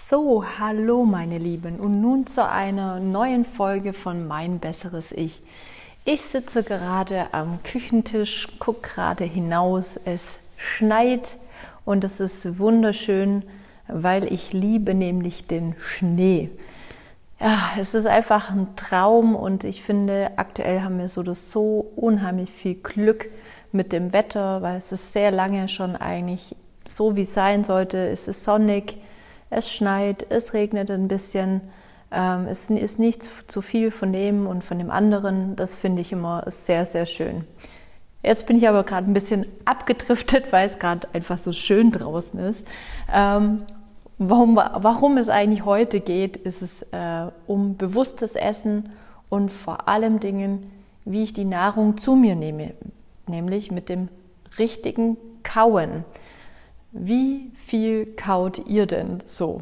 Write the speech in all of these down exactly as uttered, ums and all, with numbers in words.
So, hallo meine Lieben und nun zu einer neuen Folge von Mein besseres Ich. Ich sitze gerade am Küchentisch, gucke gerade hinaus, es schneit und es ist wunderschön, weil ich liebe nämlich den Schnee. Ja, es ist einfach ein Traum und ich finde, aktuell haben wir so das so unheimlich viel Glück mit dem Wetter, weil es ist sehr lange schon eigentlich so, wie es sein sollte. Es ist sonnig. Es schneit, es regnet ein bisschen, ähm, es ist nicht zu viel von dem und von dem anderen. Das finde ich immer sehr, sehr schön. Jetzt bin ich aber gerade ein bisschen abgedriftet, weil es gerade einfach so schön draußen ist. Ähm, warum, warum es eigentlich heute geht, ist es äh, um bewusstes Essen und vor allem Dingen, wie ich die Nahrung zu mir nehme, nämlich mit dem richtigen Kauen. Wie viel kaut ihr denn so?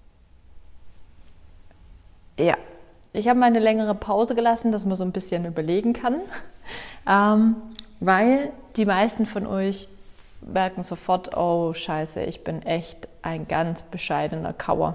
Ja, ich habe mal eine längere Pause gelassen, dass man so ein bisschen überlegen kann, ähm, weil die meisten von euch merken sofort, oh Scheiße, ich bin echt ein ganz bescheidener Kauer.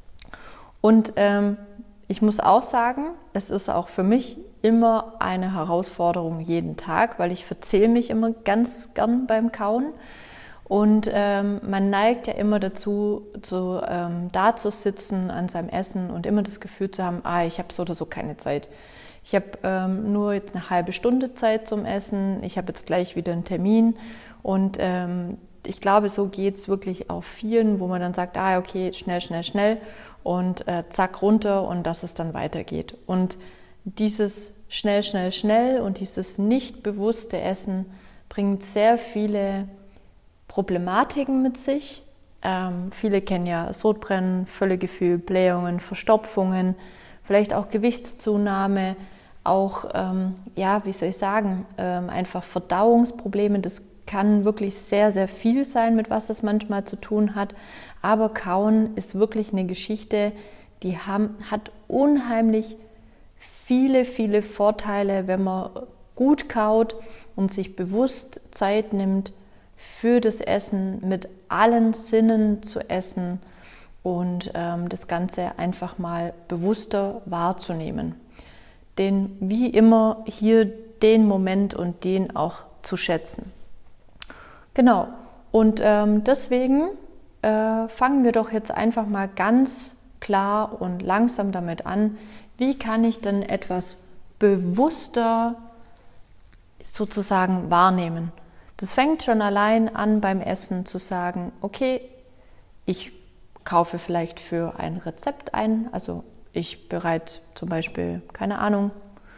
Und ähm, ich muss auch sagen, es ist auch für mich immer eine Herausforderung jeden Tag, weil ich verzähle mich immer ganz gern beim Kauen. Und ähm, man neigt ja immer dazu, so ähm, da zu sitzen an seinem Essen und immer das Gefühl zu haben, ah, ich habe so oder so keine Zeit. Ich habe ähm, nur jetzt eine halbe Stunde Zeit zum Essen, ich habe jetzt gleich wieder einen Termin und ähm, ich glaube, so geht es wirklich auch vielen, wo man dann sagt, ah, okay, schnell, schnell, schnell und äh, zack, runter und dass es dann weitergeht. Und dieses schnell, schnell, schnell und dieses nicht bewusste Essen bringt sehr viele Problematiken mit sich. Ähm, viele kennen ja Sodbrennen, Völlegefühl, Blähungen, Verstopfungen, vielleicht auch Gewichtszunahme, auch, ähm, ja, wie soll ich sagen, ähm, einfach Verdauungsprobleme. Das kann wirklich sehr, sehr viel sein, mit was das manchmal zu tun hat. Aber Kauen ist wirklich eine Geschichte, die haben, hat unheimlich viele, viele Vorteile, wenn man gut kaut und sich bewusst Zeit nimmt, für das Essen mit allen Sinnen zu essen und ähm, das Ganze einfach mal bewusster wahrzunehmen. Den, wie immer, hier den Moment und den auch zu schätzen. Genau, und ähm, deswegen äh, fangen wir doch jetzt einfach mal ganz klar und langsam damit an, wie kann ich denn etwas bewusster sozusagen wahrnehmen. Das fängt schon allein an beim Essen zu sagen, okay, ich kaufe vielleicht für ein Rezept ein, also ich bereite zum Beispiel, keine Ahnung,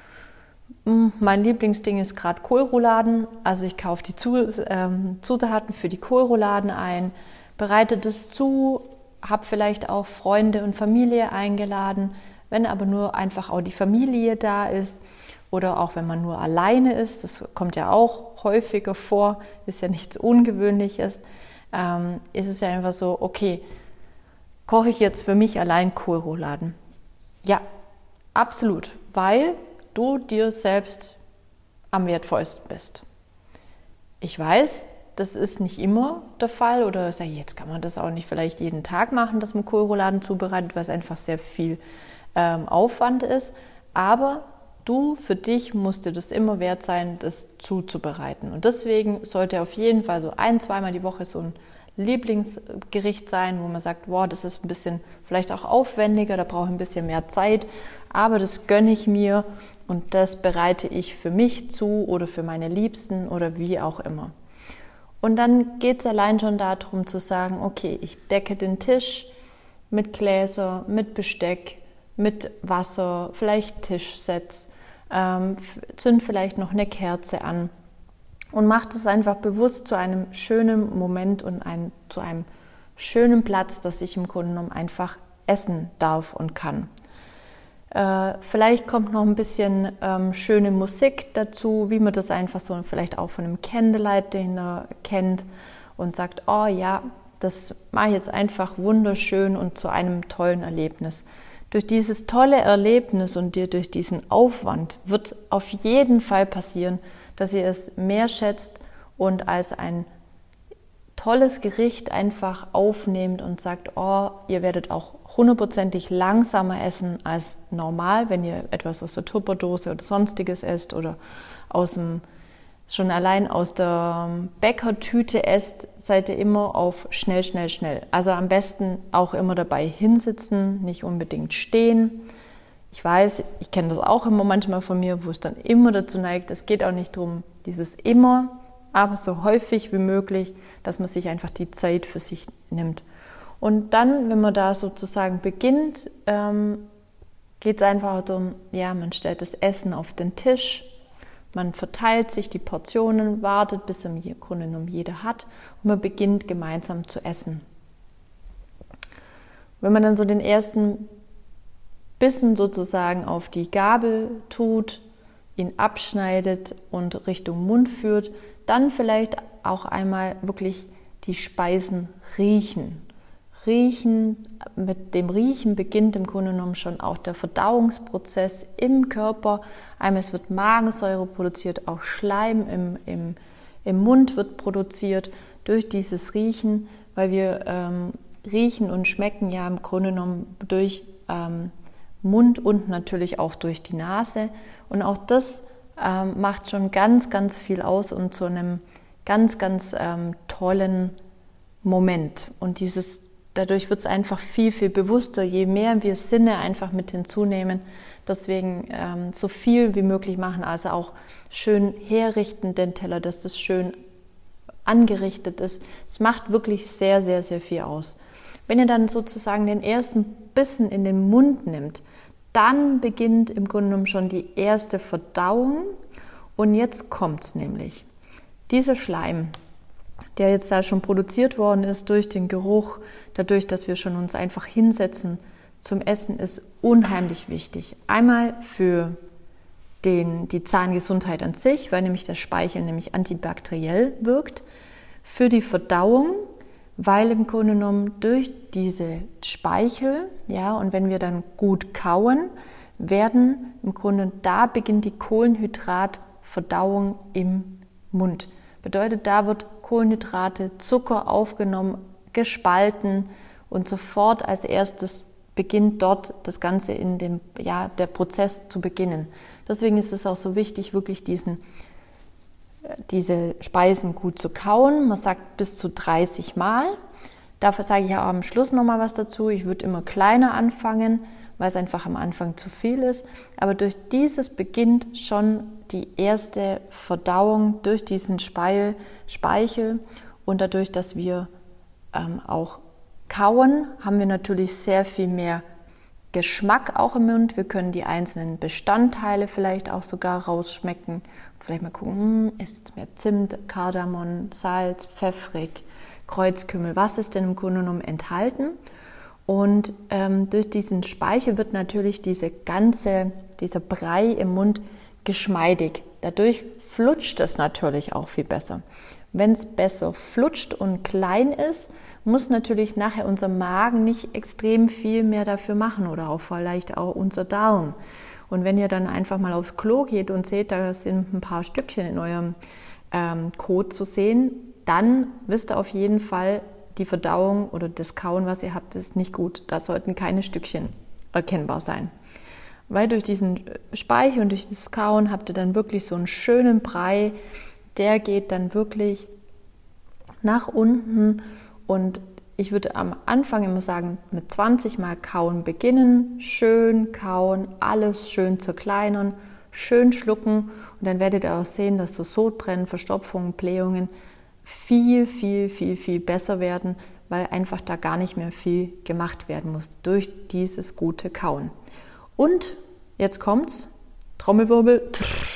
mein Lieblingsding ist gerade Kohlrouladen, also ich kaufe die Zutaten für die Kohlrouladen ein, bereite das zu, habe vielleicht auch Freunde und Familie eingeladen, wenn aber nur einfach auch die Familie da ist, oder auch wenn man nur alleine ist, das kommt ja auch häufiger vor, ist ja nichts Ungewöhnliches, ähm, ist es ja einfach so, okay, koche ich jetzt für mich allein Kohlrouladen? Ja, absolut, weil du dir selbst am wertvollsten bist. Ich weiß, das ist nicht immer der Fall oder sage ich, jetzt kann man das auch nicht vielleicht jeden Tag machen, dass man Kohlrouladen zubereitet, weil es einfach sehr viel ähm, Aufwand ist, aber du, für dich musst dir das immer wert sein, das zuzubereiten. Und deswegen sollte auf jeden Fall so ein-, zweimal die Woche so ein Lieblingsgericht sein, wo man sagt, wow, das ist ein bisschen vielleicht auch aufwendiger, da brauche ich ein bisschen mehr Zeit, aber das gönne ich mir und das bereite ich für mich zu oder für meine Liebsten oder wie auch immer. Und dann geht es allein schon darum zu sagen, okay, ich decke den Tisch mit Gläser, mit Besteck, mit Wasser, vielleicht Tischsets, ähm, zünd vielleicht noch eine Kerze an und macht es einfach bewusst zu einem schönen Moment und ein, zu einem schönen Platz, dass ich im Grunde genommen einfach essen darf und kann. Äh, vielleicht kommt noch ein bisschen ähm, schöne Musik dazu, wie man das einfach so vielleicht auch von einem Candlelight Dinner kennt und sagt, oh ja, das mache ich jetzt einfach wunderschön und zu einem tollen Erlebnis. Durch dieses tolle Erlebnis und dir durch diesen Aufwand wird auf jeden Fall passieren, dass ihr es mehr schätzt und als ein tolles Gericht einfach aufnehmt und sagt, oh, ihr werdet auch hundertprozentig langsamer essen als normal, wenn ihr etwas aus der Tupperdose oder sonstiges esst oder aus dem, schon allein aus der Bäckertüte esst, seid ihr immer auf schnell, schnell, schnell. Also am besten auch immer dabei hinsitzen, nicht unbedingt stehen. Ich weiß, ich kenne das auch immer manchmal von mir, wo es dann immer dazu neigt, es geht auch nicht darum, dieses immer, aber so häufig wie möglich, dass man sich einfach die Zeit für sich nimmt. Und dann, wenn man da sozusagen beginnt, ähm, geht es einfach darum, ja, man stellt das Essen auf den Tisch, man verteilt sich die Portionen, wartet, bis im Grunde genommen jeder hat und man beginnt gemeinsam zu essen. Wenn man dann so den ersten Bissen sozusagen auf die Gabel tut, ihn abschneidet und Richtung Mund führt, dann vielleicht auch einmal wirklich die Speisen riechen. Riechen, mit dem Riechen beginnt im Grunde genommen schon auch der Verdauungsprozess im Körper. Einmal es wird Magensäure produziert, auch Schleim im, im, im Mund wird produziert durch dieses Riechen, weil wir ähm, riechen und schmecken ja im Grunde genommen durch ähm, Mund und natürlich auch durch die Nase. Und auch das ähm, macht schon ganz, ganz viel aus und zu einem ganz, ganz ähm, tollen Moment. Und dieses Dadurch wird es einfach viel, viel bewusster, je mehr wir Sinne einfach mit hinzunehmen. Deswegen ähm, so viel wie möglich machen, also auch schön herrichten den Teller, dass das schön angerichtet ist. Es macht wirklich sehr, sehr, sehr viel aus. Wenn ihr dann sozusagen den ersten Bissen in den Mund nimmt, dann beginnt im Grunde genommen schon die erste Verdauung. Und jetzt kommt es nämlich. Dieser Schleim, der jetzt da schon produziert worden ist durch den Geruch, dadurch, dass wir schon uns einfach hinsetzen zum Essen, ist unheimlich wichtig. Einmal für den, die Zahngesundheit an sich, weil nämlich der Speichel nämlich antibakteriell wirkt, für die Verdauung, weil im Grunde genommen durch diese Speichel, ja, und wenn wir dann gut kauen, werden im Grunde, da beginnt die Kohlenhydratverdauung im Mund. Bedeutet, da wird Kohlenhydrate, Zucker aufgenommen, gespalten und sofort als erstes beginnt dort das Ganze in dem, ja, der Prozess zu beginnen. Deswegen ist es auch so wichtig, wirklich diesen, diese Speisen gut zu kauen. Man sagt bis zu dreißig Mal. Dafür sage ich ja am Schluss nochmal was dazu. Ich würde immer kleiner anfangen, weil es einfach am Anfang zu viel ist. Aber durch dieses beginnt schon die erste Verdauung durch diesen Speichel, Speichel. Und dadurch, dass wir ähm, auch kauen, haben wir natürlich sehr viel mehr Geschmack auch im Mund. Wir können die einzelnen Bestandteile vielleicht auch sogar rausschmecken. Vielleicht mal gucken, hm, ist jetzt mehr Zimt, Kardamom, Salz, pfeffrig, Kreuzkümmel. Was ist denn im Grunde genommen enthalten? Und ähm, durch diesen Speichel wird natürlich diese ganze, dieser Brei im Mund geschmeidig. Dadurch flutscht es natürlich auch viel besser. Wenn es besser flutscht und klein ist, muss natürlich nachher unser Magen nicht extrem viel mehr dafür machen oder auch vielleicht auch unser Darm. Und wenn ihr dann einfach mal aufs Klo geht und seht, da sind ein paar Stückchen in eurem ähm, Kot zu sehen, dann wisst ihr auf jeden Fall, die Verdauung oder das Kauen, was ihr habt, ist nicht gut. Da sollten keine Stückchen erkennbar sein. Weil durch diesen Speichel und durch das Kauen habt ihr dann wirklich so einen schönen Brei, der geht dann wirklich nach unten. Und ich würde am Anfang immer sagen, mit zwanzig Mal Kauen beginnen, schön kauen, alles schön zerkleinern, schön schlucken und dann werdet ihr auch sehen, dass so Sodbrennen, Verstopfungen, Blähungen viel, viel, viel, viel besser werden, weil einfach da gar nicht mehr viel gemacht werden muss durch dieses gute Kauen. Und jetzt kommt's, Trommelwirbel,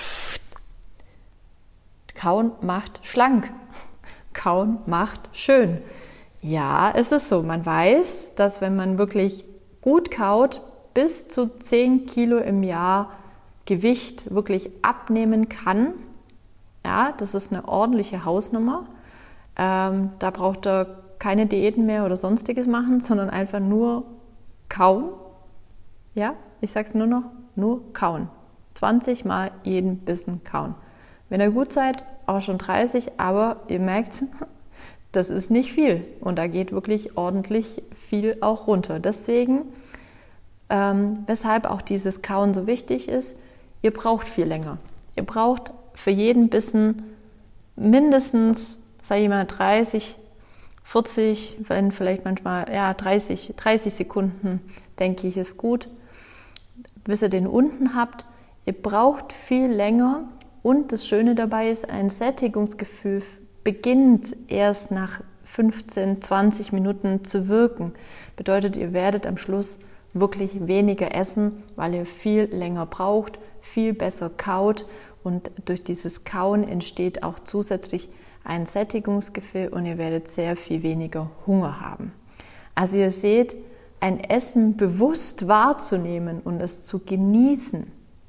Kauen macht schlank, Kauen macht schön. Ja, es ist so, man weiß, dass wenn man wirklich gut kaut, bis zu zehn Kilo im Jahr Gewicht wirklich abnehmen kann. Ja, das ist eine ordentliche Hausnummer. Ähm, da braucht er keine Diäten mehr oder sonstiges machen, sondern einfach nur kauen. Ja, ich sag's nur noch, nur kauen. zwanzig Mal jeden Bissen kauen. Wenn ihr gut seid, auch schon dreißig, aber ihr merkt, das ist nicht viel und da geht wirklich ordentlich viel auch runter. Deswegen, ähm, weshalb auch dieses Kauen so wichtig ist, ihr braucht viel länger. Ihr braucht für jeden Bissen mindestens, sag ich mal, dreißig, vierzig, wenn vielleicht manchmal, ja, dreißig, dreißig Sekunden, denke ich, ist gut, bis ihr den unten habt. Ihr braucht viel länger und das Schöne dabei ist, ein Sättigungsgefühl beginnt erst nach fünfzehn, zwanzig Minuten zu wirken. Bedeutet, ihr werdet am Schluss wirklich weniger essen, weil ihr viel länger braucht, viel besser kaut und durch dieses Kauen entsteht auch zusätzlich ein Sättigungsgefühl und ihr werdet sehr viel weniger Hunger haben. Also ihr seht, ein Essen bewusst wahrzunehmen und es zu genießen,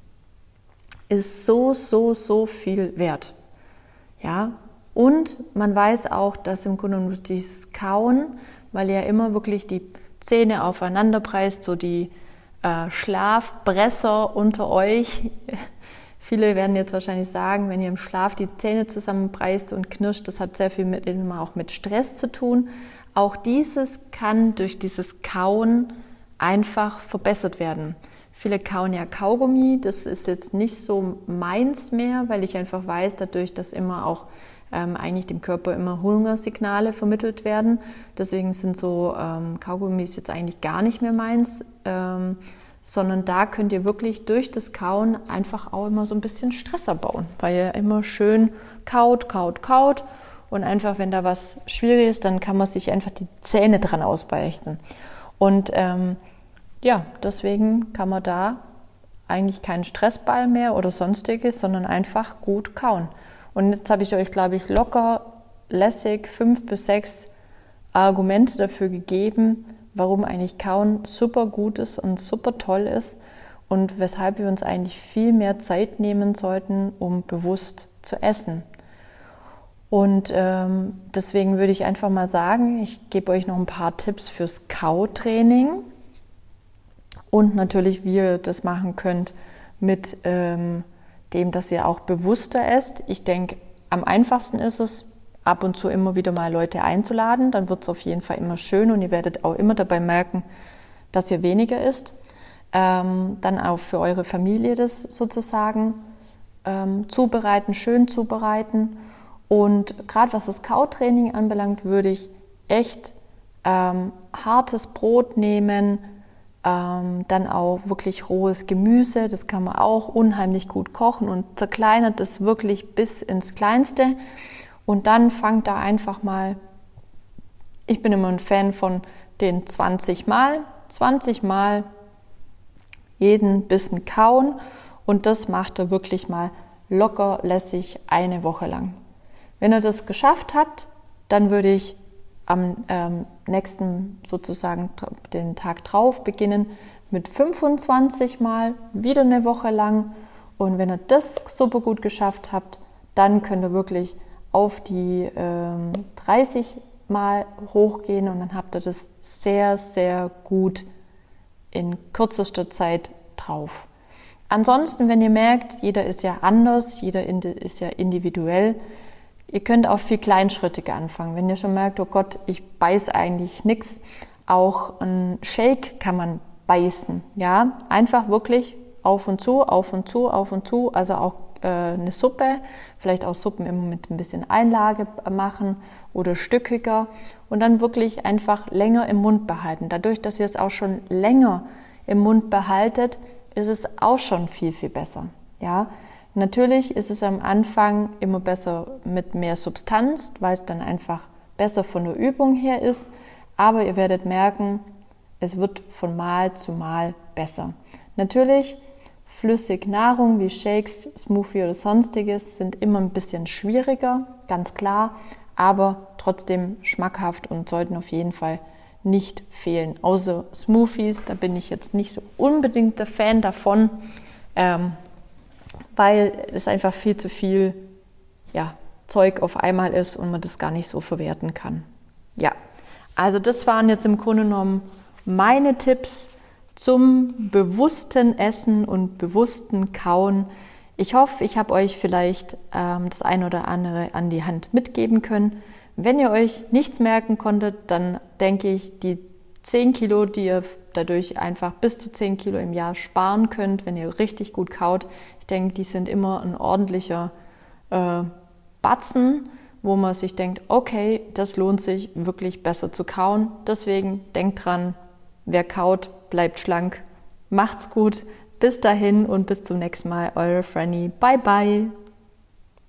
ist so, so, so viel wert. Ja? Und man weiß auch, dass im Grunde genommen dieses Kauen, weil ihr ja immer wirklich die Zähne aufeinander preist, so die äh, Schlafbresser unter euch. Viele werden jetzt wahrscheinlich sagen, wenn ihr im Schlaf die Zähne zusammenpreist und knirscht, das hat sehr viel mit, immer auch mit Stress zu tun. Auch dieses kann durch dieses Kauen einfach verbessert werden. Viele kauen ja Kaugummi, das ist jetzt nicht so meins mehr, weil ich einfach weiß, dadurch, dass immer auch ähm, eigentlich dem Körper immer Hungersignale vermittelt werden. Deswegen sind so ähm, Kaugummis jetzt eigentlich gar nicht mehr meins, ähm, sondern da könnt ihr wirklich durch das Kauen einfach auch immer so ein bisschen Stress abbauen, weil ihr immer schön kaut, kaut, kaut und einfach, wenn da was schwierig ist, dann kann man sich einfach die Zähne dran ausbeißen. Und ähm, ja, deswegen kann man da eigentlich keinen Stressball mehr oder sonstiges, sondern einfach gut kauen. Und jetzt habe ich euch, glaube ich, locker lässig fünf bis sechs Argumente dafür gegeben, warum eigentlich Kauen super gut ist und super toll ist und weshalb wir uns eigentlich viel mehr Zeit nehmen sollten, um bewusst zu essen. Und ähm, deswegen würde ich einfach mal sagen, ich gebe euch noch ein paar Tipps fürs Kautraining und natürlich, wie ihr das machen könnt mit ähm, dem, dass ihr auch bewusster esst. Ich denke, am einfachsten ist es, ab und zu immer wieder mal Leute einzuladen, dann wird es auf jeden Fall immer schön und ihr werdet auch immer dabei merken, dass ihr weniger isst. Ähm, dann auch für eure Familie das sozusagen ähm, zubereiten, schön zubereiten. Und gerade was das Kautraining anbelangt, würde ich echt ähm, hartes Brot nehmen, ähm, dann auch wirklich rohes Gemüse, das kann man auch unheimlich gut kochen und zerkleinert das wirklich bis ins Kleinste. Und dann fangt da einfach mal, ich bin immer ein Fan von den zwanzig Mal, zwanzig Mal jeden Bissen kauen und das macht ihr wirklich mal locker lässig eine Woche lang. Wenn ihr das geschafft habt, dann würde ich am ähm, nächsten sozusagen den Tag drauf beginnen mit fünfundzwanzig Mal, wieder eine Woche lang und wenn ihr das super gut geschafft habt, dann könnt ihr wirklich auf die ähm, dreißig Mal hochgehen und dann habt ihr das sehr, sehr gut in kürzester Zeit drauf. Ansonsten, wenn ihr merkt, jeder ist ja anders, jeder ist ja individuell, ihr könnt auch viel kleinschrittiger anfangen. Wenn ihr schon merkt, oh Gott, ich beiß eigentlich nichts, auch ein Shake kann man beißen. Ja, einfach wirklich auf und zu, auf und zu, auf und zu, also auch eine Suppe, vielleicht auch Suppen immer mit ein bisschen Einlage machen oder stückiger und dann wirklich einfach länger im Mund behalten. Dadurch, dass ihr es auch schon länger im Mund behaltet, ist es auch schon viel, viel besser. Ja, natürlich ist es am Anfang immer besser mit mehr Substanz, weil es dann einfach besser von der Übung her ist, aber ihr werdet merken, es wird von Mal zu Mal besser. Natürlich flüssig Nahrung wie Shakes, Smoothie oder sonstiges sind immer ein bisschen schwieriger, ganz klar, aber trotzdem schmackhaft und sollten auf jeden Fall nicht fehlen. Außer Smoothies, da bin ich jetzt nicht so unbedingt der Fan davon, ähm, weil es einfach viel zu viel ja, Zeug auf einmal ist und man das gar nicht so verwerten kann. Ja, also das waren jetzt im Grunde genommen meine Tipps zum bewussten Essen und bewussten Kauen. Ich hoffe, ich habe euch vielleicht ähm, das eine oder andere an die Hand mitgeben können. Wenn ihr euch nichts merken konntet, dann denke ich, die zehn Kilo, die ihr dadurch einfach bis zu zehn Kilo im Jahr sparen könnt, wenn ihr richtig gut kaut, ich denke, die sind immer ein ordentlicher äh, Batzen, wo man sich denkt, okay, das lohnt sich wirklich besser zu kauen. Deswegen denkt dran, wer kaut, bleibt schlank. Macht's gut, bis dahin und bis zum nächsten Mal, eure Franny. Bye bye!